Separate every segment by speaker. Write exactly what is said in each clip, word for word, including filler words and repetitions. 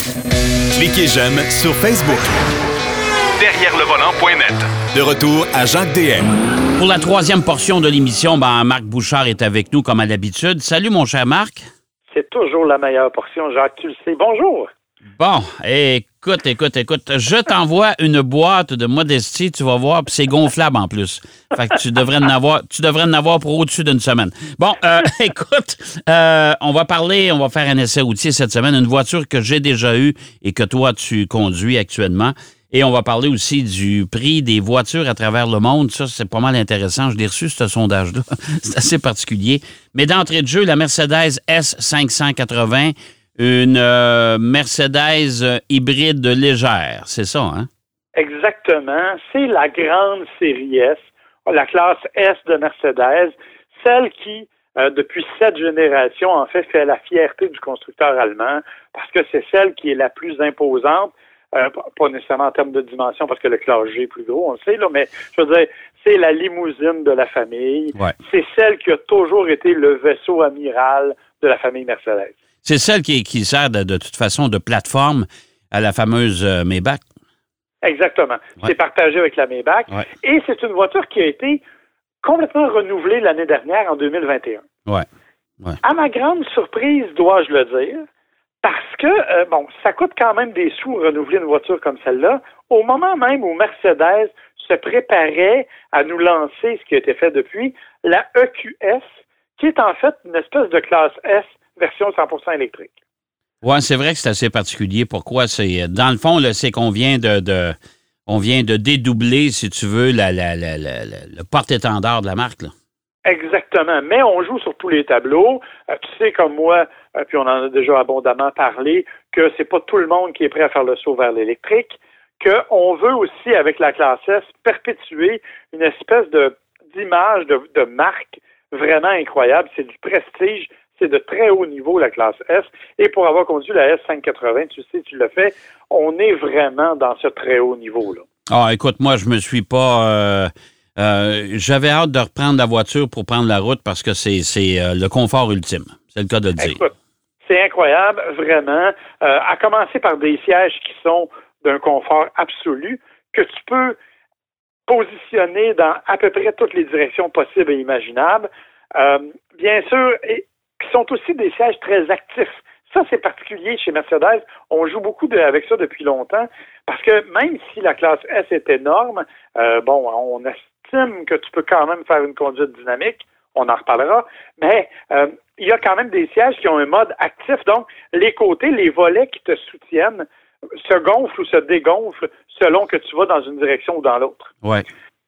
Speaker 1: Cliquez j'aime sur Facebook.
Speaker 2: Derrière le volant point net.
Speaker 1: De retour à Jacques D M.
Speaker 3: Pour la troisième portion de l'émission, ben, Marc Bouchard est avec nous comme à l'habitude. Salut mon cher Marc.
Speaker 4: C'est toujours la meilleure portion, Jacques, tu le sais. Bonjour.
Speaker 3: Bon, écoute, écoute, écoute, je t'envoie une boîte de modestie, tu vas voir, puis c'est gonflable en plus. Fait que tu devrais en avoir, tu devrais en avoir pour au-dessus d'une semaine. Bon, euh, écoute, euh, on va parler, on va faire un essai routier cette semaine, une voiture que j'ai déjà eue et que toi, tu conduis actuellement. Et on va parler aussi du prix des voitures à travers le monde. Ça, c'est pas mal intéressant. Je l'ai reçu, ce sondage-là. C'est assez particulier. Mais d'entrée de jeu, la Mercedes S cinq cent quatre-vingts, une euh, Mercedes euh, hybride légère. C'est ça, hein?
Speaker 4: Exactement. C'est la grande série S, la classe S de Mercedes, celle qui, euh, depuis sept générations, en fait, fait la fierté du constructeur allemand parce que c'est celle qui est la plus imposante. Euh, pas nécessairement en termes de dimension, parce que le classe G est plus gros, on le sait, là, mais je veux dire, c'est la limousine de la famille.
Speaker 3: Ouais.
Speaker 4: C'est celle qui a toujours été le vaisseau amiral de la famille Mercedes.
Speaker 3: C'est celle qui, qui sert de, de toute façon de plateforme à la fameuse euh, Maybach.
Speaker 4: Exactement.
Speaker 3: Ouais.
Speaker 4: C'est partagé avec la Maybach. Ouais. Et c'est une voiture qui a été complètement renouvelée l'année dernière, en deux mille vingt et un.
Speaker 3: Ouais. Ouais.
Speaker 4: À ma grande surprise, dois-je le dire, parce que, euh, bon, ça coûte quand même des sous renouveler une voiture comme celle-là. Au moment même où Mercedes se préparait à nous lancer, ce qui a été fait depuis, la E Q S, qui est en fait une espèce de classe S version cent pour cent électrique.
Speaker 3: Oui, c'est vrai que c'est assez particulier. Pourquoi? C'est dans le fond, là, c'est qu'on vient de, de on vient de dédoubler, si tu veux, la, la, la, la, la, le porte-étendard de la marque, là.
Speaker 4: Exactement, mais on joue sur tous les tableaux. Euh, tu sais comme moi, euh, puis on en a déjà abondamment parlé, que c'est pas tout le monde qui est prêt à faire le saut vers l'électrique, qu'on veut aussi, avec la classe S, perpétuer une espèce de d'image, de, de marque vraiment incroyable. C'est du prestige, c'est de très haut niveau, la classe S. Et pour avoir conduit la S cinq cent quatre-vingts, tu sais, tu l'as fait, on est vraiment dans ce très haut niveau-là.
Speaker 3: Ah, écoute, moi, je me suis pas... Euh... Euh, j'avais hâte de reprendre la voiture pour prendre la route parce que c'est, c'est euh, le confort ultime. C'est le cas de le dire.
Speaker 4: Écoute, c'est incroyable, vraiment. Euh, à commencer par des sièges qui sont d'un confort absolu, que tu peux positionner dans à peu près toutes les directions possibles et imaginables. Euh, bien sûr, et qui sont aussi des sièges très actifs. Ça, c'est particulier chez Mercedes. On joue beaucoup de, avec ça depuis longtemps parce que même si la classe S est énorme, euh, bon, on estime que tu peux quand même faire une conduite dynamique. On en reparlera. Mais euh, il y a quand même des sièges qui ont un mode actif. Donc, les côtés, les volets qui te soutiennent se gonflent ou se dégonflent selon que tu vas dans une direction ou dans l'autre.
Speaker 3: Ouais.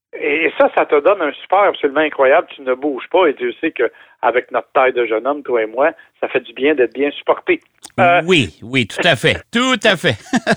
Speaker 4: Et ça, ça te donne un support absolument incroyable. Tu ne bouges pas et tu sais qu'avec notre taille de jeune homme, toi et moi, ça fait du bien d'être bien supporté.
Speaker 3: Euh, oui, oui, tout à fait. Tout à fait.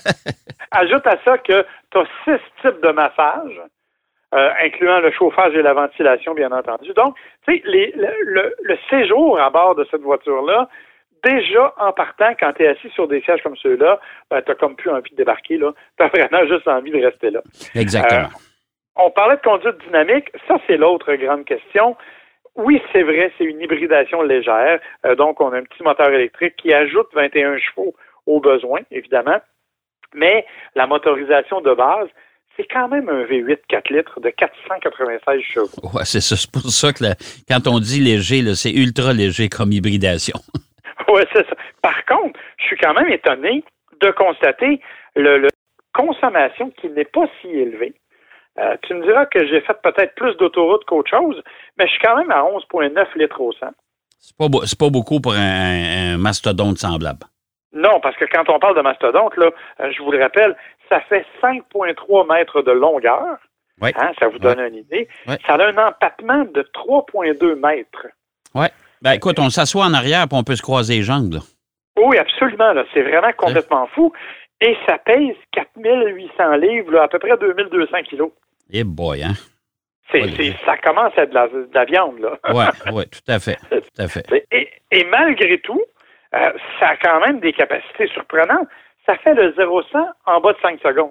Speaker 4: Ajoute à ça que tu as six types de massages, euh, incluant le chauffage et la ventilation, bien entendu. Donc, tu sais, les, le, le, le séjour à bord de cette voiture-là, déjà en partant, quand tu es assis sur des sièges comme ceux-là, ben, tu n'as comme plus envie de débarquer, là. Tu as vraiment juste envie de rester là.
Speaker 3: Exactement.
Speaker 4: Euh, On parlait de conduite dynamique, ça c'est l'autre grande question. Oui, c'est vrai, c'est une hybridation légère, euh, donc on a un petit moteur électrique qui ajoute vingt et un chevaux au besoin, évidemment, mais la motorisation de base, c'est quand même un V huit quatre litres de quatre cent quatre-vingt-seize chevaux.
Speaker 3: Ouais, c'est ça, c'est pour ça que la, quand on dit léger, là, c'est ultra léger comme hybridation.
Speaker 4: Oui, c'est ça. Par contre, je suis quand même étonné de constater le, le consommation qui n'est pas si élevée. Euh, tu me diras que j'ai fait peut-être plus d'autoroute qu'autre chose, mais je suis quand même à onze virgule neuf litres au cent.
Speaker 3: C'est pas, c'est pas beaucoup pour un, un mastodonte semblable.
Speaker 4: Non, parce que quand on parle de mastodonte, là, euh, je vous le rappelle, ça fait cinq virgule trois mètres de longueur.
Speaker 3: Oui.
Speaker 4: Hein, ça vous donne
Speaker 3: ouais.
Speaker 4: une idée.
Speaker 3: Ouais.
Speaker 4: Ça a un empattement de trois virgule deux mètres.
Speaker 3: Oui. Ben écoute, on s'assoit en arrière et on peut se croiser les jambes, là.
Speaker 4: Oui, absolument. Là. C'est vraiment complètement fou. Et ça pèse quatre mille huit cents livres, là, à peu près deux mille deux cents kilos.
Speaker 3: Eh boy, hein?
Speaker 4: C'est,
Speaker 3: Ouais,
Speaker 4: c'est, ça commence à être de la, de la viande, là.
Speaker 3: Oui, oui, tout à fait. Tout à fait.
Speaker 4: Et, et malgré tout, euh, ça a quand même des capacités surprenantes. Ça fait le zéro à cent en bas de cinq secondes.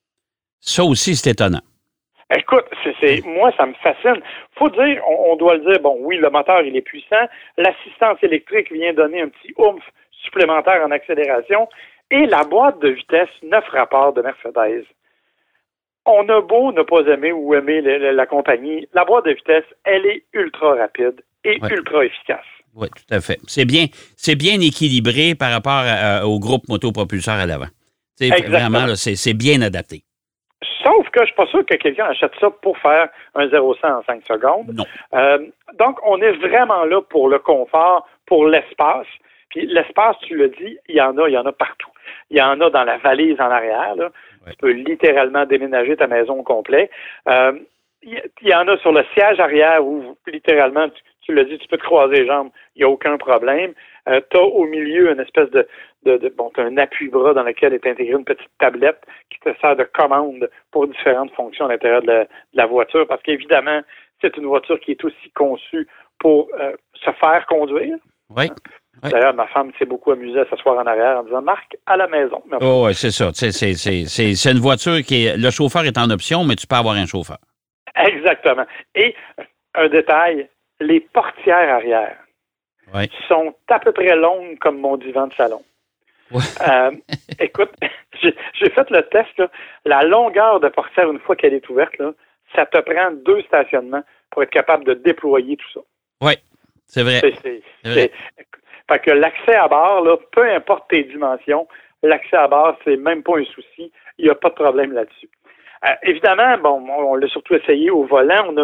Speaker 3: Ça aussi, c'est étonnant.
Speaker 4: Écoute, c'est, c'est, moi, ça me fascine. Faut dire, on, on doit le dire, bon, oui, le moteur, il est puissant. L'assistance électrique vient donner un petit oomph supplémentaire en accélération. Et la boîte de vitesse neuf rapports de Mercedes, on a beau ne pas aimer ou aimer la, la, la compagnie, la boîte de vitesse, elle est ultra rapide et
Speaker 3: ouais.
Speaker 4: ultra efficace.
Speaker 3: Oui, tout à fait. C'est bien, c'est bien équilibré par rapport à, au groupe motopropulseur à l'avant. C'est vraiment, là, c'est, c'est bien adapté.
Speaker 4: Sauf que je ne suis pas sûr que quelqu'un achète ça pour faire un zéro à cent en cinq secondes.
Speaker 3: Non.
Speaker 4: Euh, donc, on est vraiment là pour le confort, pour l'espace. Puis l'espace, tu l'as dit, il y en a, il y en a partout. Il y en a dans la valise en arrière, là. Ouais. Tu peux littéralement déménager ta maison au complet. Euh, il y en a sur le siège arrière où, littéralement, tu, tu l'as dit, tu peux te croiser les jambes, il n'y a aucun problème. Euh, tu as au milieu une espèce de, de, de bon, tu as un appui-bras dans lequel est intégrée une petite tablette qui te sert de commande pour différentes fonctions à l'intérieur de la, de la voiture, parce qu'évidemment, c'est une voiture qui est aussi conçue pour euh, se faire conduire.
Speaker 3: Oui. Oui.
Speaker 4: D'ailleurs, ma femme s'est beaucoup amusée à s'asseoir en arrière en disant « Marc, à la maison. »
Speaker 3: Oh, oui, c'est ça. C'est, c'est, c'est, c'est, c'est une voiture qui est... Le chauffeur est en option, mais tu peux avoir un chauffeur.
Speaker 4: Exactement. Et un détail, les portières arrière oui. sont à peu près longues comme mon divan de salon. Oui. euh, écoute, j'ai, j'ai fait le test. Là. La longueur de portière, une fois qu'elle est ouverte, là, ça te prend deux stationnements pour être capable de déployer tout ça.
Speaker 3: Oui, c'est vrai.
Speaker 4: C'est, c'est, c'est vrai. C'est, fait que l'accès à bord, là, peu importe tes dimensions, l'accès à bord, c'est même pas un souci. Il n'y a pas de problème là-dessus. Euh, évidemment, bon, on, on l'a surtout essayé au volant. On a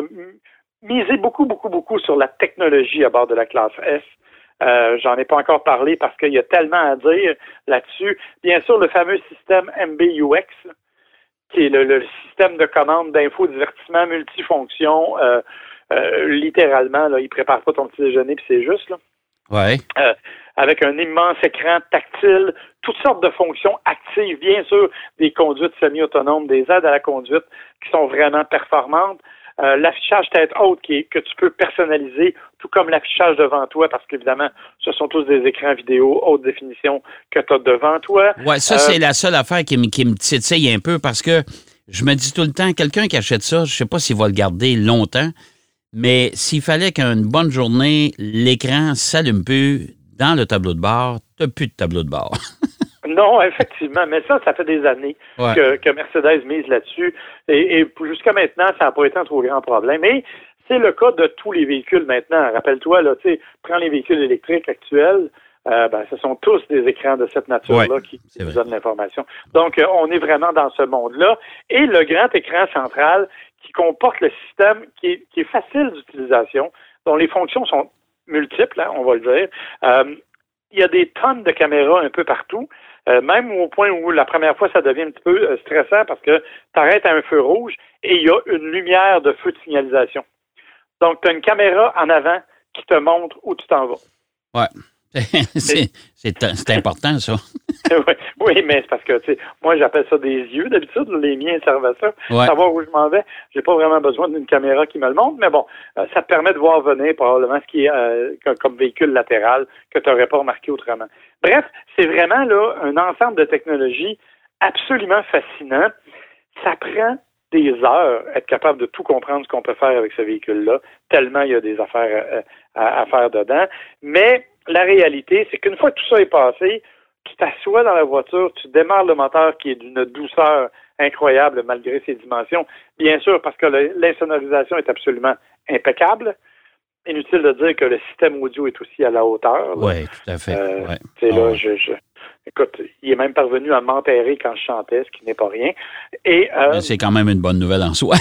Speaker 4: misé beaucoup, beaucoup, beaucoup sur la technologie à bord de la classe S. Euh, j'en ai pas encore parlé parce qu'il y a tellement à dire là-dessus. Bien sûr, le fameux système M B U X, qui est le, le système de commande d'infodivertissement multifonction. Euh, euh, littéralement, là, il prépare pas ton petit déjeuner puis c'est juste, là.
Speaker 3: Ouais.
Speaker 4: Euh, avec un immense écran tactile, toutes sortes de fonctions actives, bien sûr, des conduites semi-autonomes, des aides à la conduite qui sont vraiment performantes. Euh, l'affichage tête haute qui est, que tu peux personnaliser, tout comme l'affichage devant toi, parce qu'évidemment, ce sont tous des écrans vidéo haute définition que tu as devant toi.
Speaker 3: Oui, ça, euh, c'est la seule affaire qui me, qui me titille un peu parce que je me dis tout le temps, quelqu'un qui achète ça, je ne sais pas s'il va le garder longtemps, mais s'il fallait qu'une bonne journée, l'écran ne s'allume plus dans le tableau de bord, tu n'as plus de tableau de bord.
Speaker 4: Non, effectivement, mais ça, ça fait des années ouais. que, que Mercedes mise là-dessus. Et, et jusqu'à maintenant, ça n'a pas été un trop grand problème. Et c'est le cas de tous les véhicules maintenant. Rappelle-toi, là, tu sais, prends les véhicules électriques actuels, euh, ben, ce sont tous des écrans de cette nature-là ouais, qui nous donnent l'information. Donc, euh, on est vraiment dans ce monde-là. Et le grand écran central qui comporte le système qui est, qui est facile d'utilisation, dont les fonctions sont multiples, hein, on va le dire. Euh, il y a des tonnes de caméras un peu partout, euh, même au point où la première fois, ça devient un petit peu euh, stressant parce que tu arrêtes à un feu rouge et il y a une lumière de feu de signalisation. Donc, tu as une caméra en avant qui te montre où tu t'en vas.
Speaker 3: Ouais. c'est, c'est, c'est important, ça.
Speaker 4: oui, oui, mais c'est parce que, tu sais, moi, j'appelle ça des yeux, d'habitude. Les miens servent à ça.
Speaker 3: Ouais.
Speaker 4: Savoir où je m'en vais. J'ai pas vraiment besoin d'une caméra qui me le montre, mais bon, euh, ça te permet de voir venir probablement ce qui est euh, comme véhicule latéral que tu n'aurais pas remarqué autrement. Bref, c'est vraiment, là, un ensemble de technologies absolument fascinant. Ça prend des heures être capable de tout comprendre ce qu'on peut faire avec ce véhicule-là, tellement il y a des affaires à, à, à faire dedans. Mais la réalité, c'est qu'une fois que tout ça est passé, tu t'assois dans la voiture, tu démarres le moteur qui est d'une douceur incroyable malgré ses dimensions. Bien sûr, parce que le, l'insonorisation est absolument impeccable. Inutile de dire que le système audio est aussi à la hauteur.
Speaker 3: Oui, tout à fait.
Speaker 4: Euh,
Speaker 3: ouais.
Speaker 4: C'est
Speaker 3: oh,
Speaker 4: là,
Speaker 3: ouais.
Speaker 4: je, je, écoute, il est même parvenu à m'enterrer quand je chantais, ce qui n'est pas rien. Et euh,
Speaker 3: c'est quand même une bonne nouvelle en soi.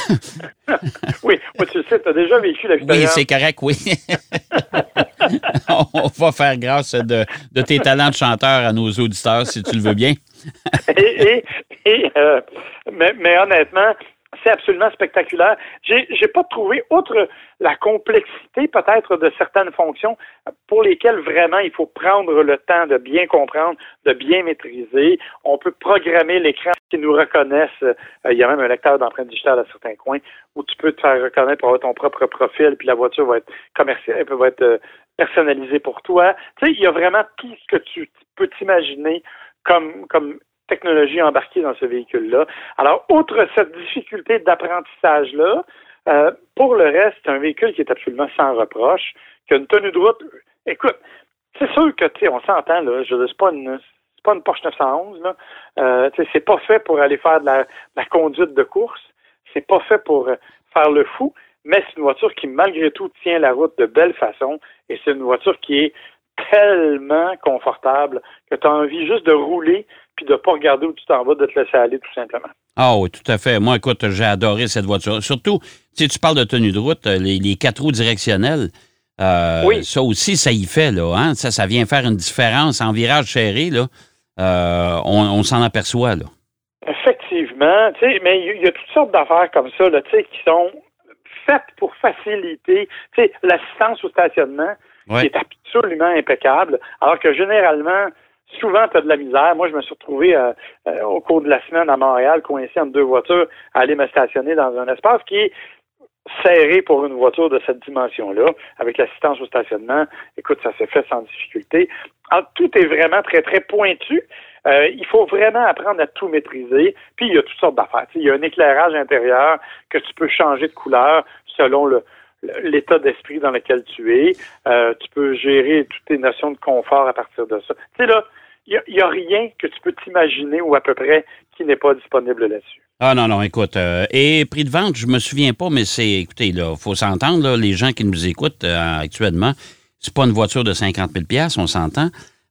Speaker 4: oui, oui, tu le sais, tu as déjà vécu l'expérience.
Speaker 3: Oui, c'est correct, oui. On va faire grâce de, de tes talents de chanteur à nos auditeurs, si tu le veux bien.
Speaker 4: et et, et euh, mais, mais honnêtement, c'est absolument spectaculaire. J'ai, j'ai pas trouvé, outre la complexité peut-être de certaines fonctions pour lesquelles vraiment il faut prendre le temps de bien comprendre, de bien maîtriser. On peut programmer l'écran qui nous reconnaisse. Euh, il y a même un lecteur d'empreintes digitales à certains coins où tu peux te faire reconnaître pour avoir ton propre profil, puis la voiture va être commerciale, va être euh, personnalisée pour toi. Tu sais, il y a vraiment tout ce que tu peux t'imaginer comme comme technologie embarquée dans ce véhicule-là. Alors, outre cette difficulté d'apprentissage-là, euh, pour le reste, c'est un véhicule qui est absolument sans reproche, qui a une tenue de route. Écoute, c'est sûr que, tu sais, on s'entend, là, je c'est pas une, c'est pas une Porsche neuf cent onze, là. Euh, c'est pas fait pour aller faire de la, de la conduite de course. C'est pas fait pour faire le fou, mais c'est une voiture qui, malgré tout, tient la route de belle façon. Et c'est une voiture qui est tellement confortable que tu as envie juste de rouler puis de pas regarder où tu t'en vas, de te laisser aller, tout simplement.
Speaker 3: Ah oui, tout à fait. Moi, écoute, j'ai adoré cette voiture. Surtout, tu sais, tu parles de tenue de route, les, les quatre roues directionnelles. Euh,
Speaker 4: oui.
Speaker 3: Ça aussi, ça y fait, là. Hein? Ça, ça vient faire une différence. En virage serré, là, euh, on, on s'en aperçoit, là.
Speaker 4: Effectivement, tu sais, mais il y, y a toutes sortes d'affaires comme ça, là, tu sais, qui sont faites pour faciliter, tu sais, l'assistance au stationnement,
Speaker 3: ouais.
Speaker 4: qui est absolument impeccable, alors que généralement, souvent, tu as de la misère. Moi, je me suis retrouvé euh, euh, au cours de la semaine à Montréal, coincé entre deux voitures, à aller me stationner dans un espace qui est serré pour une voiture de cette dimension-là, avec l'assistance au stationnement. Écoute, ça s'est fait sans difficulté. Alors, tout est vraiment très, très pointu. Euh, il faut vraiment apprendre à tout maîtriser. Puis, il y a toutes sortes d'affaires. Tu sais, il y a un éclairage intérieur que tu peux changer de couleur selon le, l'état d'esprit dans lequel tu es. Euh, tu peux gérer toutes tes notions de confort à partir de ça. Tu sais, là, il n'y a, a rien que tu peux t'imaginer ou à peu près qui n'est pas disponible là-dessus.
Speaker 3: Ah non, non, écoute. Euh, et prix de vente, je me souviens pas, mais c'est, écoutez, là, faut s'entendre, là, les gens qui nous écoutent euh, actuellement, c'est pas une voiture de cinquante mille dollars, on s'entend.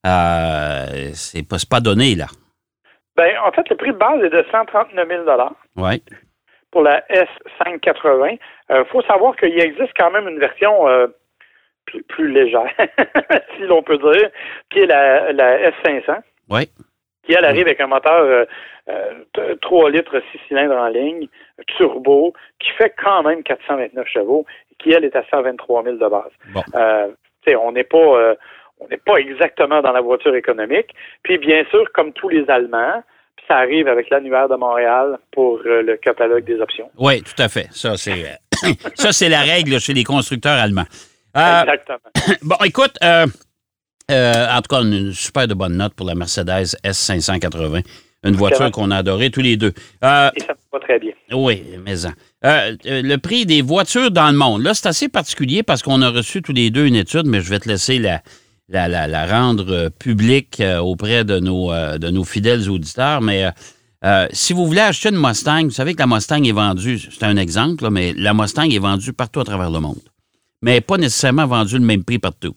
Speaker 3: Euh, c'est pas, c'est pas donné, là.
Speaker 4: Ben, en fait, le prix de base est de cent trente-neuf mille dollars.
Speaker 3: Oui.
Speaker 4: Pour la S cinq cent quatre-vingts. Il euh, faut savoir qu'il existe quand même une version euh, plus, plus légère, si l'on peut dire, qui est la, la S cinq cents.
Speaker 3: Oui.
Speaker 4: Qui, elle, arrive avec un moteur euh, euh, trois litres, six cylindres en ligne, turbo, qui fait quand même quatre cent vingt-neuf chevaux, et qui, elle, est à cent vingt-trois mille de base.
Speaker 3: Bon.
Speaker 4: Euh, tu sais, on n'est pas... Euh, on n'est pas exactement dans la voiture économique. Puis, bien sûr, comme tous les Allemands, ça arrive avec l'annuaire de Montréal pour euh, le catalogue des options.
Speaker 3: Oui, tout à fait. Ça, c'est ça, c'est la règle chez les constructeurs allemands. Euh,
Speaker 4: Exactement.
Speaker 3: Bon, écoute, euh, euh, en tout cas, une super de bonne note pour la Mercedes S cinq cent quatre-vingts. Une voiture qu'on a adorée tous les deux. Euh,
Speaker 4: Et ça va très bien.
Speaker 3: Oui, mais en. Euh, le prix des voitures dans le monde. Là, c'est assez particulier parce qu'on a reçu tous les deux une étude, mais je vais te laisser la... La, la, la rendre euh, publique euh, auprès de nos, euh, de nos fidèles auditeurs. Mais euh, euh, si vous voulez acheter une Mustang, vous savez que la Mustang est vendue, c'est un exemple, là, mais la Mustang est vendue partout à travers le monde. Mais pas nécessairement vendue le même prix partout.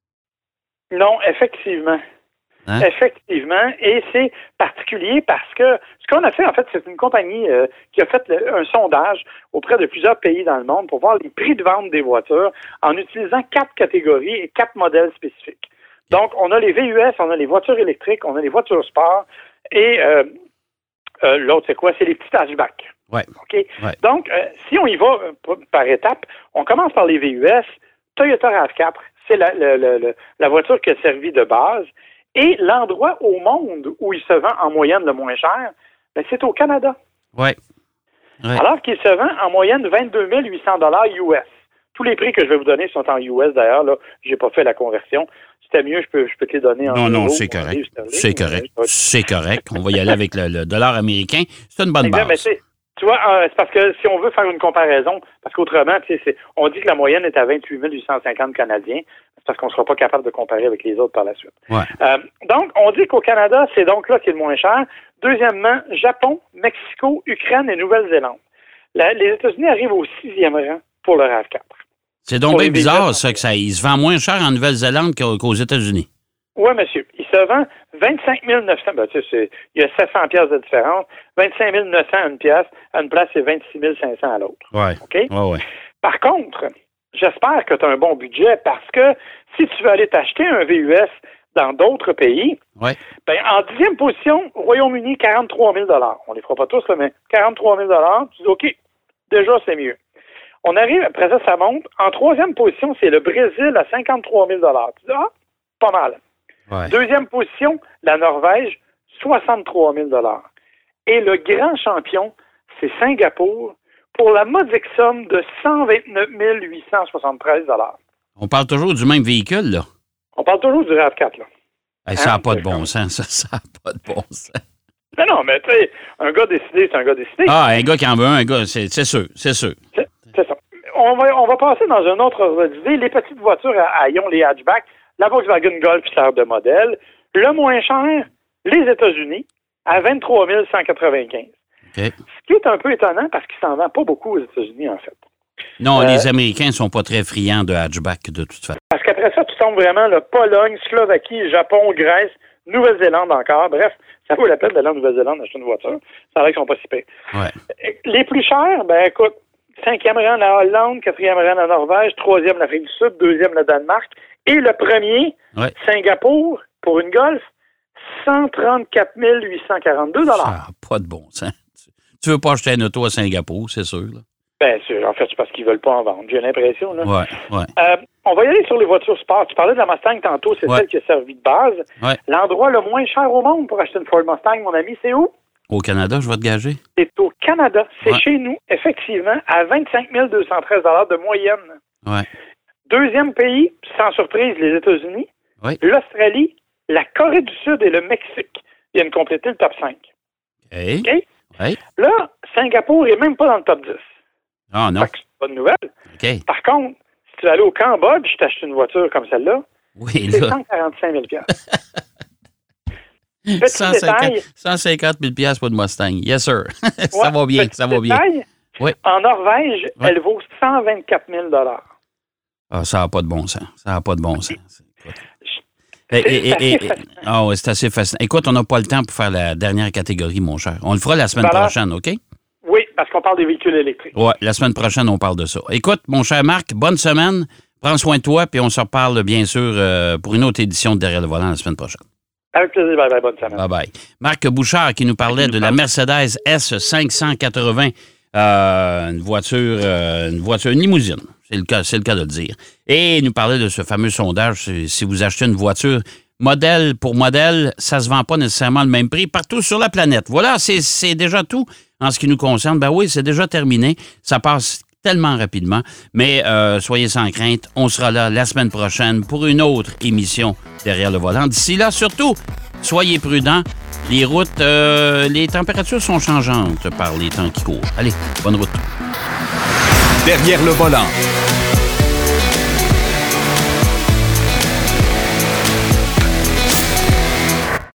Speaker 4: Non, effectivement. Hein? Effectivement. Et c'est particulier parce que ce qu'on a fait, en fait, c'est une compagnie euh, qui a fait le, un sondage auprès de plusieurs pays dans le monde pour voir les prix de vente des voitures en utilisant quatre catégories et quatre modèles spécifiques. Donc, on a les V U S, on a les voitures électriques, on a les voitures sport et euh, euh, l'autre, c'est quoi? C'est les petits hatchbacks.
Speaker 3: Ouais.
Speaker 4: OK?
Speaker 3: Ouais.
Speaker 4: Donc, euh, si on y va euh, par étapes, on commence par les V U S. Toyota RAV quatre, c'est la, la, la, la voiture qui a servi de base. Et l'endroit au monde où il se vend en moyenne le moins cher, ben, c'est au Canada.
Speaker 3: Oui. Ouais.
Speaker 4: Alors qu'il se vend en moyenne vingt-deux mille huit cents dollars U S. Tous les prix que je vais vous donner sont en U S d'ailleurs. Là, j'ai pas fait la conversion. C'était mieux, je peux, je peux te les donner en
Speaker 3: Non,
Speaker 4: euros,
Speaker 3: non, c'est correct. C'est correct.
Speaker 4: Mais,
Speaker 3: c'est correct. On va y aller avec le, le dollar américain. C'est une bonne
Speaker 4: exact,
Speaker 3: base.
Speaker 4: Mais tu vois, euh, c'est parce que si on veut faire une comparaison, parce qu'autrement, tu sais, c'est, on dit que la moyenne est à vingt-huit mille huit cent cinquante Canadiens, c'est parce qu'on ne sera pas capable de comparer avec les autres par la suite.
Speaker 3: Ouais.
Speaker 4: Euh, donc, on dit qu'au Canada, c'est donc là qui est le moins cher. Deuxièmement, Japon, Mexico, Ukraine et Nouvelle-Zélande. La, les États-Unis arrivent au sixième rang pour le RAV quatre.
Speaker 3: C'est donc bien bizarre, ça, que ça, il se vend moins cher en Nouvelle-Zélande qu'aux États-Unis.
Speaker 4: Oui, monsieur. Il se vend vingt-cinq mille neuf cents. Ben, tu sais, c'est, il y a sept cents piastres de différence. vingt-cinq mille neuf cents à une pièce. À une place, c'est vingt-six mille cinq cents à l'autre.
Speaker 3: Oui.
Speaker 4: OK?
Speaker 3: Ouais, ouais.
Speaker 4: Par contre, j'espère que tu as un bon budget parce que si tu veux aller t'acheter un V U S dans d'autres pays,
Speaker 3: ouais.
Speaker 4: ben, en dixième position, Royaume-Uni, quarante-trois mille dollars. On ne les fera pas tous, là, mais quarante-trois mille dollars. Tu dis, OK, déjà, c'est mieux. On arrive, après ça, ça monte. En troisième position, c'est le Brésil à cinquante-trois mille dollars. Tu dis, ah, pas mal.
Speaker 3: Ouais.
Speaker 4: Deuxième position, la Norvège, soixante-trois mille dollars. Et le grand champion, c'est Singapour, pour la modique somme de cent vingt-neuf mille huit cent soixante-treize dollars.
Speaker 3: On parle toujours du même véhicule, là.
Speaker 4: On parle toujours du RAV quatre, là.
Speaker 3: Hey, ça n'a
Speaker 4: hein?
Speaker 3: pas de bon sens, ça. Ça n'a pas de bon sens.
Speaker 4: Mais non, mais tu sais, un gars décidé, c'est un gars décidé.
Speaker 3: Ah, un gars qui en veut un, un gars, c'est, c'est sûr, c'est sûr.
Speaker 4: C'est, c'est ça. On va, on va passer dans un autre ordre d'idée. Les petites voitures à, à ion, les hatchbacks, la Volkswagen Golf sert de modèle. Le moins cher, les États-Unis à vingt-trois mille cent quatre-vingt-quinze.
Speaker 3: Okay.
Speaker 4: Ce qui est un peu étonnant parce qu'il s'en vend pas beaucoup aux États-Unis, en fait.
Speaker 3: Non,
Speaker 4: Euh,
Speaker 3: les Américains ne sont pas très friands de hatchback, de toute façon.
Speaker 4: Parce qu'après ça, tu tombes vraiment là, Pologne, Slovaquie, Japon, Grèce, Nouvelle-Zélande encore. Bref, ça vaut la peine d'aller en Nouvelle-Zélande acheter une voiture. Ça a l'air qu'ils sont pas si pires.
Speaker 3: Ouais.
Speaker 4: Les plus chers, ben écoute, cinquième rang la Hollande, quatrième rang la Norvège, troisième l'Afrique du Sud, deuxième le Danemark, et le premier,
Speaker 3: Ouais.
Speaker 4: Singapour, pour une Golf, cent trente-quatre mille huit cent quarante-deux dollars.
Speaker 3: Ça n'a pas de bon sens. Tu veux pas acheter un auto à Singapour, c'est sûr. Là.
Speaker 4: Bien sûr, en fait, c'est parce qu'ils veulent pas en vendre, j'ai l'impression. Là.
Speaker 3: Ouais, ouais.
Speaker 4: Euh, on va y aller sur les voitures sport. Tu parlais de la Mustang tantôt, c'est
Speaker 3: Ouais.
Speaker 4: celle qui a servi de base.
Speaker 3: Ouais.
Speaker 4: L'endroit le moins cher au monde pour acheter une Ford Mustang, mon ami, c'est où?
Speaker 3: Au Canada, je vais te gager.
Speaker 4: C'est au Canada. C'est
Speaker 3: Ouais.
Speaker 4: chez nous, effectivement, à vingt-cinq mille deux cent treize dollars de moyenne.
Speaker 3: Ouais.
Speaker 4: Deuxième pays, sans surprise, les États-Unis,
Speaker 3: Oui.
Speaker 4: l'Australie, la Corée du Sud et le Mexique viennent compléter le top cinq.
Speaker 3: OK.
Speaker 4: OK?
Speaker 3: Oui.
Speaker 4: Là, Singapour n'est même pas dans le top dix.
Speaker 3: Ah non.
Speaker 4: Fait que c'est une bonne nouvelle.
Speaker 3: OK.
Speaker 4: Par contre, si tu vas aller au Cambodge, tu t'achètes une voiture comme celle-là,
Speaker 3: Oui,
Speaker 4: c'est
Speaker 3: là.
Speaker 4: cent quarante-cinq mille dollars. Petit
Speaker 3: cent cinquante
Speaker 4: détail.
Speaker 3: cent cinquante mille dollars pour une Mustang. Yes, sir. ça
Speaker 4: Ouais,
Speaker 3: va bien,
Speaker 4: petit
Speaker 3: ça va bien.
Speaker 4: détail,
Speaker 3: Oui.
Speaker 4: En Norvège,
Speaker 3: Ouais.
Speaker 4: elle vaut cent vingt-quatre mille dollars.
Speaker 3: Ah, ça n'a pas de bon sens. Ça n'a pas de bon sens. Écoute.
Speaker 4: C'est
Speaker 3: Et- et- et-
Speaker 4: assez
Speaker 3: et-
Speaker 4: fascinant.
Speaker 3: Ah oui, c'est assez fascinant. Écoute, on n'a pas le temps pour faire la dernière catégorie, mon cher. On le fera la semaine
Speaker 4: Voilà.
Speaker 3: prochaine, OK?
Speaker 4: Oui, parce qu'on parle des véhicules électriques.
Speaker 3: Oui, la semaine prochaine, on parle de ça. Écoute, mon cher Marc, bonne semaine. Prends soin de toi, puis on se reparle, bien sûr, euh, pour une autre édition de Derrière le volant la semaine prochaine.
Speaker 4: Avec plaisir. Bye bye. Bonne semaine.
Speaker 3: Bye-bye. Marc Bouchard qui nous parlait de la Mercedes S cinq cent quatre-vingts, euh, une voiture, euh, une voiture, une limousine. C'est le cas, c'est le cas de le dire. Et il nous parlait de ce fameux sondage. Si si vous achetez une voiture modèle pour modèle, ça se vend pas nécessairement le même prix partout sur la planète. Voilà, c'est, c'est déjà tout en ce qui nous concerne. Ben oui, c'est déjà terminé. Ça passe tellement rapidement. Mais euh, soyez sans crainte, on sera là la semaine prochaine pour une autre émission Derrière le volant. D'ici là, surtout, soyez prudents. Les routes, euh, les températures sont changeantes par les temps qui courent. Allez, bonne route.
Speaker 1: Derrière le volant.